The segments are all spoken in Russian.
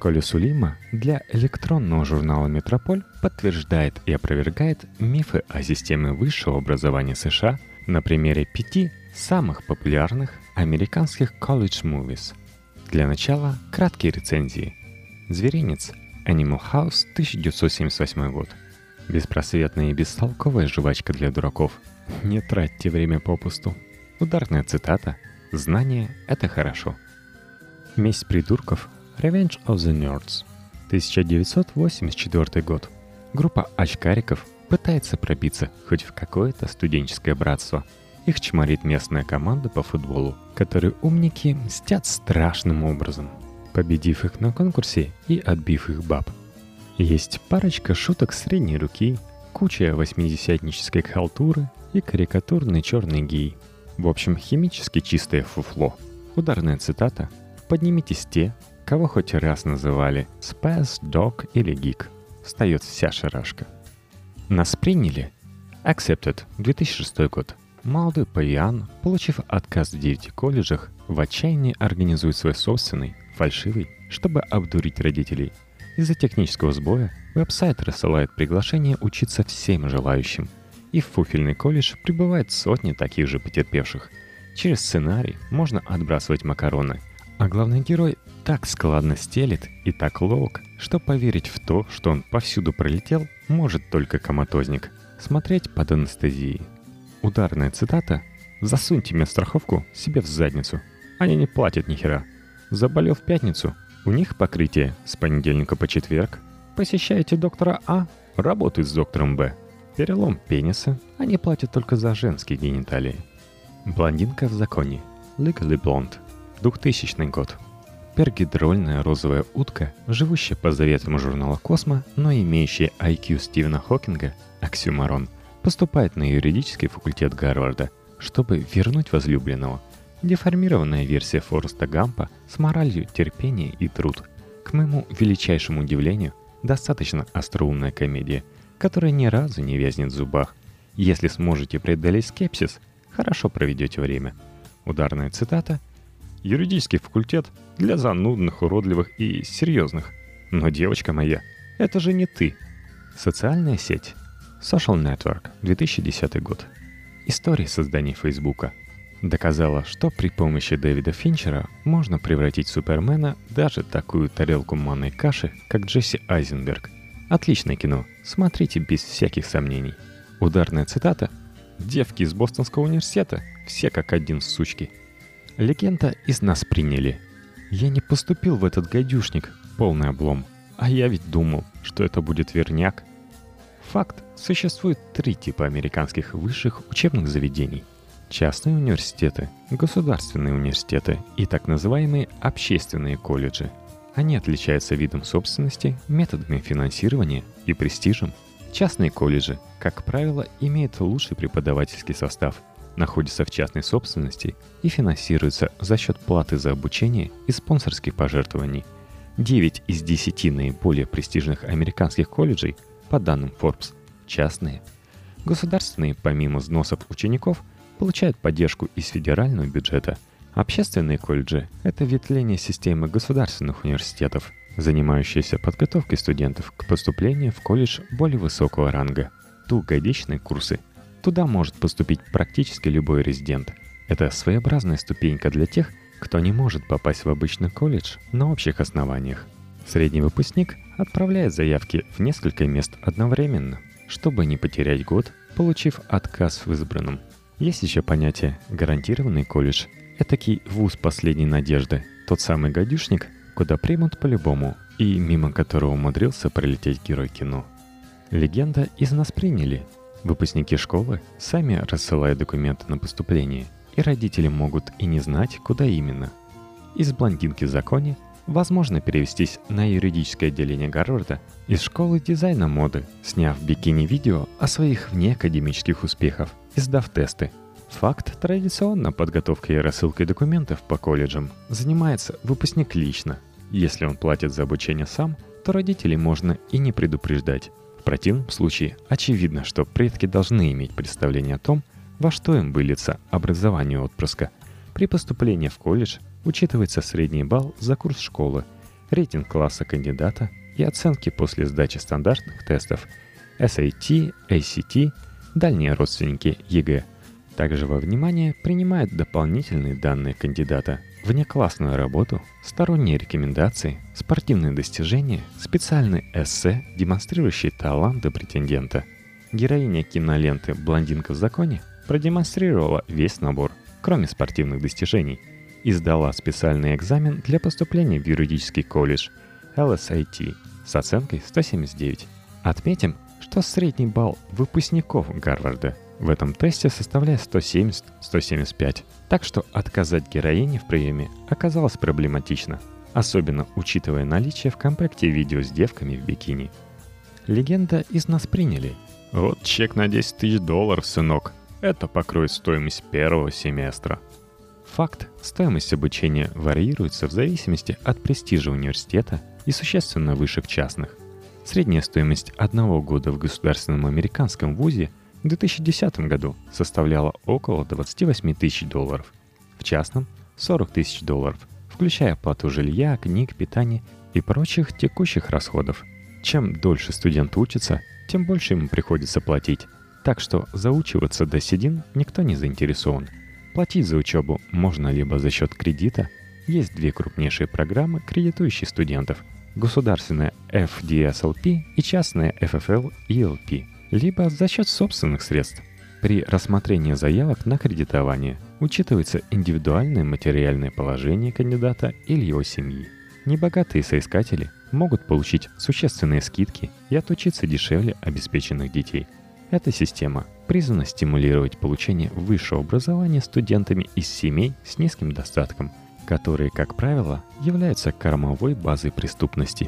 Коля Сулима для электронного журнала «Метрополь» подтверждает и опровергает мифы о системе высшего образования США на примере 5 самых популярных американских college movies. Для начала краткие рецензии. «Зверинец», Animal House, 1978 год. Беспросветная и бестолковая жвачка для дураков. Не тратьте время попусту. Ударная цитата. «Знание — это хорошо». «Месть придурков», Revenge of the Nerds, 1984 год. Группа очкариков пытается пробиться хоть в какое-то студенческое братство. Их чморит местная команда по футболу, которые умники мстят страшным образом, победив их на конкурсе и отбив их баб. Есть парочка шуток средней руки, куча восьмидесятнической халтуры и карикатурный черный гей. В общем, химически чистое фуфло. Ударная цитата. «Поднимитесь те, кого хоть раз называли Spaz, Dog или Geek». Встает вся шарашка. Нас приняли. Accepted, 2006 год. Молодой павиан, получив отказ в 9 колледжах, в отчаянии организует свой собственный, фальшивый, чтобы обдурить родителей. Из-за технического сбоя веб-сайт рассылает приглашение учиться всем желающим. И в фуфельный колледж прибывает сотни таких же потерпевших. Через сценарий можно отбрасывать макароны. А главный герой так складно стелит и так ловок, что поверить в то, что он повсюду пролетел, может только коматозник. Смотреть под анестезией. Ударная цитата. «Засуньте медстраховку себе в задницу. Они не платят ни хера. Заболел в пятницу. У них покрытие с понедельника по четверг. Посещаете доктора А, работают с доктором Б. Перелом пениса. Они платят только за женские гениталии». «Блондинка в законе». Legally Blonde. 2000 год. Пергидрольная розовая утка, живущая по заветам журнала «Космо», но имеющая IQ Стивена Хокинга, оксюморон, поступает на юридический факультет Гарварда, чтобы вернуть возлюбленного. Деформированная версия Фореста Гампа с моралью терпения и труд. К моему величайшему удивлению, достаточно остроумная комедия, которая ни разу не вязнет в зубах. Если сможете преодолеть скепсис, хорошо проведете время. Ударная цитата. «Юридический факультет для занудных, уродливых и серьезных. Но, девочка моя, это же не ты». Социальная сеть. Social Network, 2010 год. История создания Фейсбука доказала, что при помощи Дэвида Финчера можно превратить в Супермена даже такую тарелку манной каши, как Джесси Айзенберг. Отличное кино, смотрите без всяких сомнений. Ударная цитата. «Девки из Бостонского университета, все как один сучки». Легенда из нас приняли. Я не поступил в этот гадюшник, полный облом. А я ведь думал, что это будет верняк. Факт. Существует 3 типа американских высших учебных заведений. Частные университеты, государственные университеты и так называемые общественные колледжи. Они отличаются видом собственности, методами финансирования и престижем. Частные колледжи, как правило, имеют лучший преподавательский состав, находятся в частной собственности и финансируются за счет платы за обучение и спонсорских пожертвований. 9 из 10 наиболее престижных американских колледжей, по данным Forbes, частные. Государственные, помимо взносов учеников, получают поддержку из федерального бюджета. Общественные колледжи – это ветвление системы государственных университетов, занимающиеся подготовкой студентов к поступлению в колледж более высокого ранга. Двухгодичные курсы. Туда может поступить практически любой резидент. Это своеобразная ступенька для тех, кто не может попасть в обычный колледж на общих основаниях. Средний выпускник отправляет заявки в несколько мест одновременно, чтобы не потерять год, получив отказ в избранном. Есть еще понятие «гарантированный колледж». Этакий вуз последней надежды, тот самый гадюшник, куда примут по-любому, и мимо которого умудрился пролететь герой кино. Легенда из нас приняли. Выпускники школы сами рассылают документы на поступление, и родители могут и не знать, куда именно. Из блондинки в законе возможно перевестись на юридическое отделение Гарварда из школы дизайна моды, сняв бикини-видео о своих внеакадемических успехах и сдав тесты. Факт. Традиционно подготовкой и рассылкой документов по колледжам занимается выпускник лично. Если он платит за обучение сам, то родителей можно и не предупреждать. В противном случае очевидно, что предки должны иметь представление о том, во что им выльется образование отпрыска. При поступлении в колледж учитывается средний балл за курс школы. рейтинг класса кандидата и оценки после сдачи стандартных тестов SAT, ACT, дальние родственники ЕГЭ. Также во внимание принимают дополнительные данные кандидата, внеклассную работу, сторонние рекомендации, спортивные достижения, специальные эссе, демонстрирующие таланты претендента. Героиня киноленты «Блондинка в законе» продемонстрировала весь набор, кроме спортивных достижений, и сдала специальный экзамен для поступления в юридический колледж LSAT с оценкой 179. Отметим, что средний балл выпускников Гарварда в этом тесте составляет 170-175, так что отказать героине в приеме оказалось проблематично, особенно учитывая наличие в комплекте видео с девками в бикини. Легенда из нас приняли. Вот чек на $10 000, сынок. Это покроет стоимость первого семестра. Факт, стоимость обучения варьируется в зависимости от престижа университета и существенно выше в частных. Средняя стоимость одного года в государственном американском вузе в 2010 году составляла около $28 000, в частном – $40 000, включая оплату жилья, книг, питания и прочих текущих расходов. Чем дольше студент учится, тем больше ему приходится платить, так что заучиваться до седин никто не заинтересован. Платить за учебу можно либо за счет кредита, есть две крупнейшие программы, кредитующие студентов – государственная FDSLP и частная FFL-ELP, либо за счет собственных средств. При рассмотрении заявок на кредитование учитывается индивидуальное материальное положение кандидата или его семьи. Небогатые соискатели могут получить существенные скидки и отучиться дешевле обеспеченных детей. Эта система призвана стимулировать получение высшего образования студентами из семей с низким достатком, которые, как правило, являются кормовой базой преступности.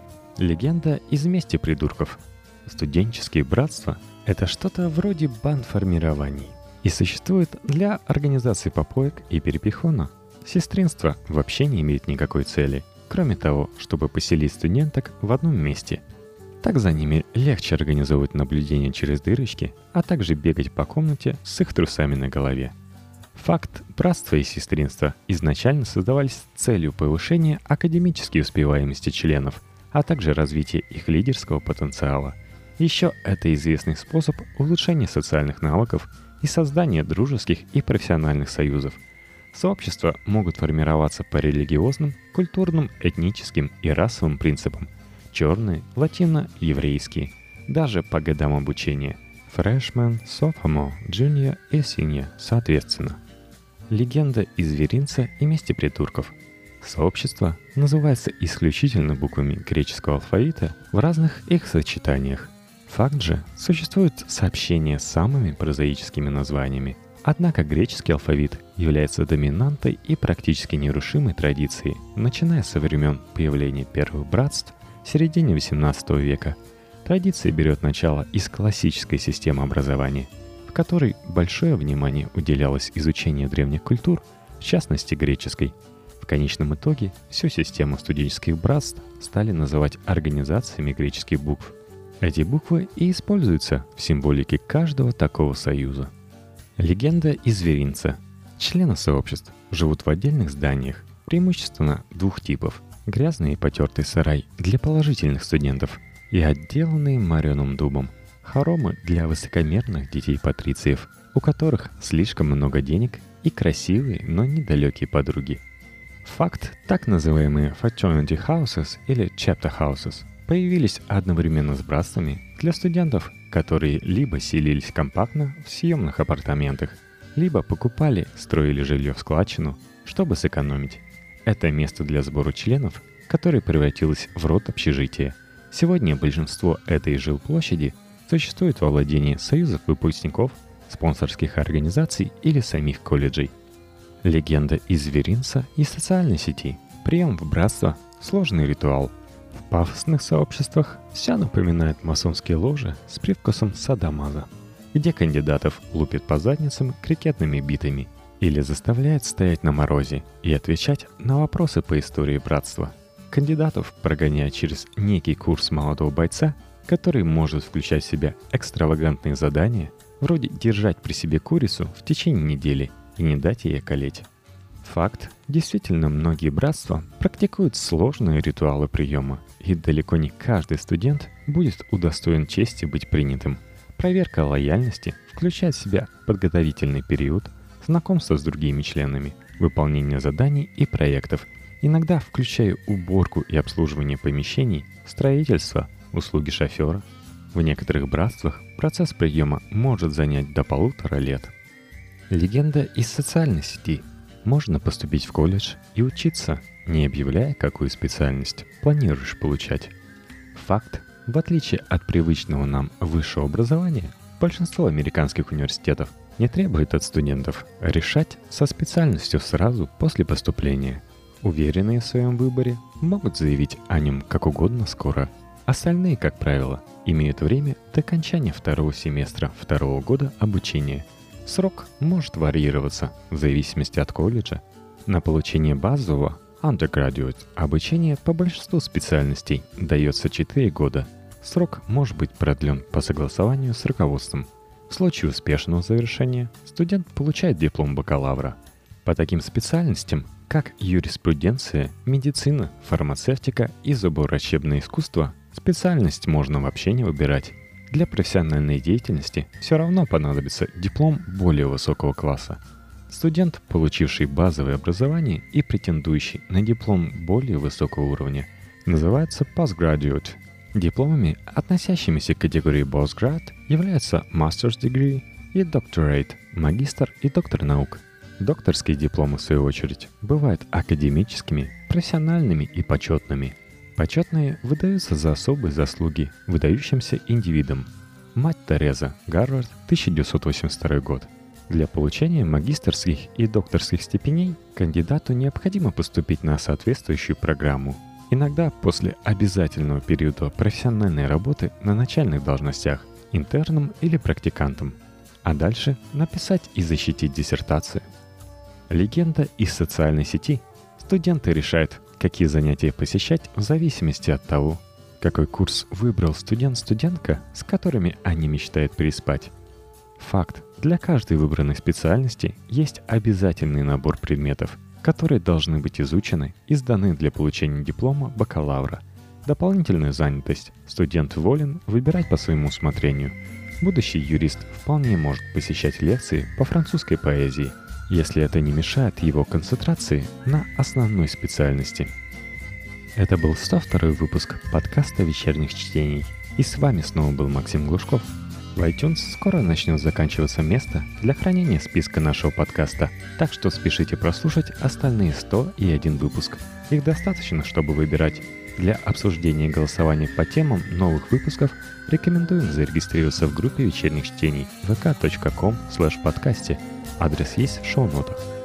Легенда из «Мести придурков». Студенческие братства – это что-то вроде бандформирований и существует для организации попоек и перепихона. Сестринство вообще не имеет никакой цели, кроме того, чтобы поселить студенток в одном месте. Так за ними легче организовывать наблюдение через дырочки, а также бегать по комнате с их трусами на голове. Факт братства и сестринства изначально создавались с целью повышения академической успеваемости членов, а также развития их лидерского потенциала. Еще это известный способ улучшения социальных навыков и создания дружеских и профессиональных союзов. Сообщества могут формироваться по религиозным, культурным, этническим и расовым принципам. Черные, латино, еврейские, даже по годам обучения. Freshman, sophomore, junior и senior, соответственно. Легенда из зверинца и «Мести придурков». Сообщество называется исключительно буквами греческого алфавита в разных их сочетаниях. Факт же, существуют сообщения с самыми прозаическими названиями. Однако греческий алфавит является доминантой и практически нерушимой традицией, начиная со времен появления первых братств в середине XVIII века. Традиция берет начало из классической системы образования, в которой большое внимание уделялось изучению древних культур, в частности греческой. В конечном итоге всю систему студенческих братств стали называть организациями греческих букв. Эти буквы и используются в символике каждого такого союза. Легенда из зверинца. Члены сообществ живут в отдельных зданиях, преимущественно двух типов – грязный и потертый сарай для положительных студентов и отделанные мореным дубом хоромы для высокомерных детей-патрициев, у которых слишком много денег и красивые, но недалекие подруги. Факт, так называемые fraternity houses или chapter houses появились одновременно с братствами для студентов, которые либо селились компактно в съемных апартаментах, либо покупали, строили жилье в складчину, чтобы сэкономить. Это место для сбора членов, которое превратилось в род общежития. Сегодня большинство этой жилплощади существует во владении союзов выпускников, спонсорских организаций или самих колледжей. Легенда из зверинца и социальной сети. Прием в братство – сложный ритуал. В пафосных сообществах все напоминает масонские ложи с привкусом садомаза, где кандидатов лупят по задницам крикетными битами или заставляют стоять на морозе и отвечать на вопросы по истории братства. Кандидатов прогоняют через некий курс молодого бойца, который может включать в себя экстравагантные задания, вроде держать при себе курицу в течение недели и не дать ей околеть. Факт. Действительно, многие братства практикуют сложные ритуалы приема, и далеко не каждый студент будет удостоен чести быть принятым. Проверка лояльности включает в себя подготовительный период, знакомство с другими членами, выполнение заданий и проектов, иногда включая уборку и обслуживание помещений, строительство, услуги шофера. В некоторых братствах процесс приема может занять до 1,5 лет. Легенда из социальной сети. Можно поступить в колледж и учиться, не объявляя, какую специальность планируешь получать. Факт. В отличие от привычного нам высшего образования, большинство американских университетов не требует от студентов решать со специальностью сразу после поступления. Уверенные в своем выборе могут заявить о нем как угодно скоро. Остальные, как правило, имеют время до окончания 2-го семестра 2-го года обучения. Срок может варьироваться в зависимости от колледжа. На получение базового undergraduate обучения по большинству специальностей дается 4 года. Срок может быть продлен по согласованию с руководством. В случае успешного завершения студент получает диплом бакалавра. По таким специальностям, как юриспруденция, медицина, фармацевтика и зубоврачебное искусство, специальность можно вообще не выбирать. Для профессиональной деятельности все равно понадобится диплом более высокого класса. Студент, получивший базовое образование и претендующий на диплом более высокого уровня, называется postgraduate. Дипломами, относящимися к категории postgrad, являются master's degree и doctorate, магистр и доктор наук. Докторские дипломы, в свою очередь, бывают академическими, профессиональными и почетными. Почетные выдаются за особые заслуги выдающимся индивидам. Мать Тереза, Гарвард, 1982 год. Для получения магистерских и докторских степеней кандидату необходимо поступить на соответствующую программу. Иногда после обязательного периода профессиональной работы на начальных должностях, интерном или практикантом. А дальше написать и защитить диссертацию. Легенда из социальной сети. Студенты решают, какие занятия посещать в зависимости от того, какой курс выбрал студент-студентка, с которыми они мечтают переспать. Факт. Для каждой выбранной специальности есть обязательный набор предметов, которые должны быть изучены и сданы для получения диплома бакалавра. Дополнительную занятость студент волен выбирать по своему усмотрению. Будущий юрист вполне может посещать лекции по французской поэзии, если это не мешает его концентрации на основной специальности. Это был 102-й выпуск подкаста «Вечерних чтений». И с вами снова был Максим Глушков. В iTunes скоро начнет заканчиваться место для хранения списка нашего подкаста, так что спешите прослушать остальные 101 выпуск. Их достаточно, чтобы выбирать. Для обсуждения и голосования по темам новых выпусков рекомендуем зарегистрироваться в группе вечерних чтений vk.com/подкасте. Адрес есть в шоу-нотах.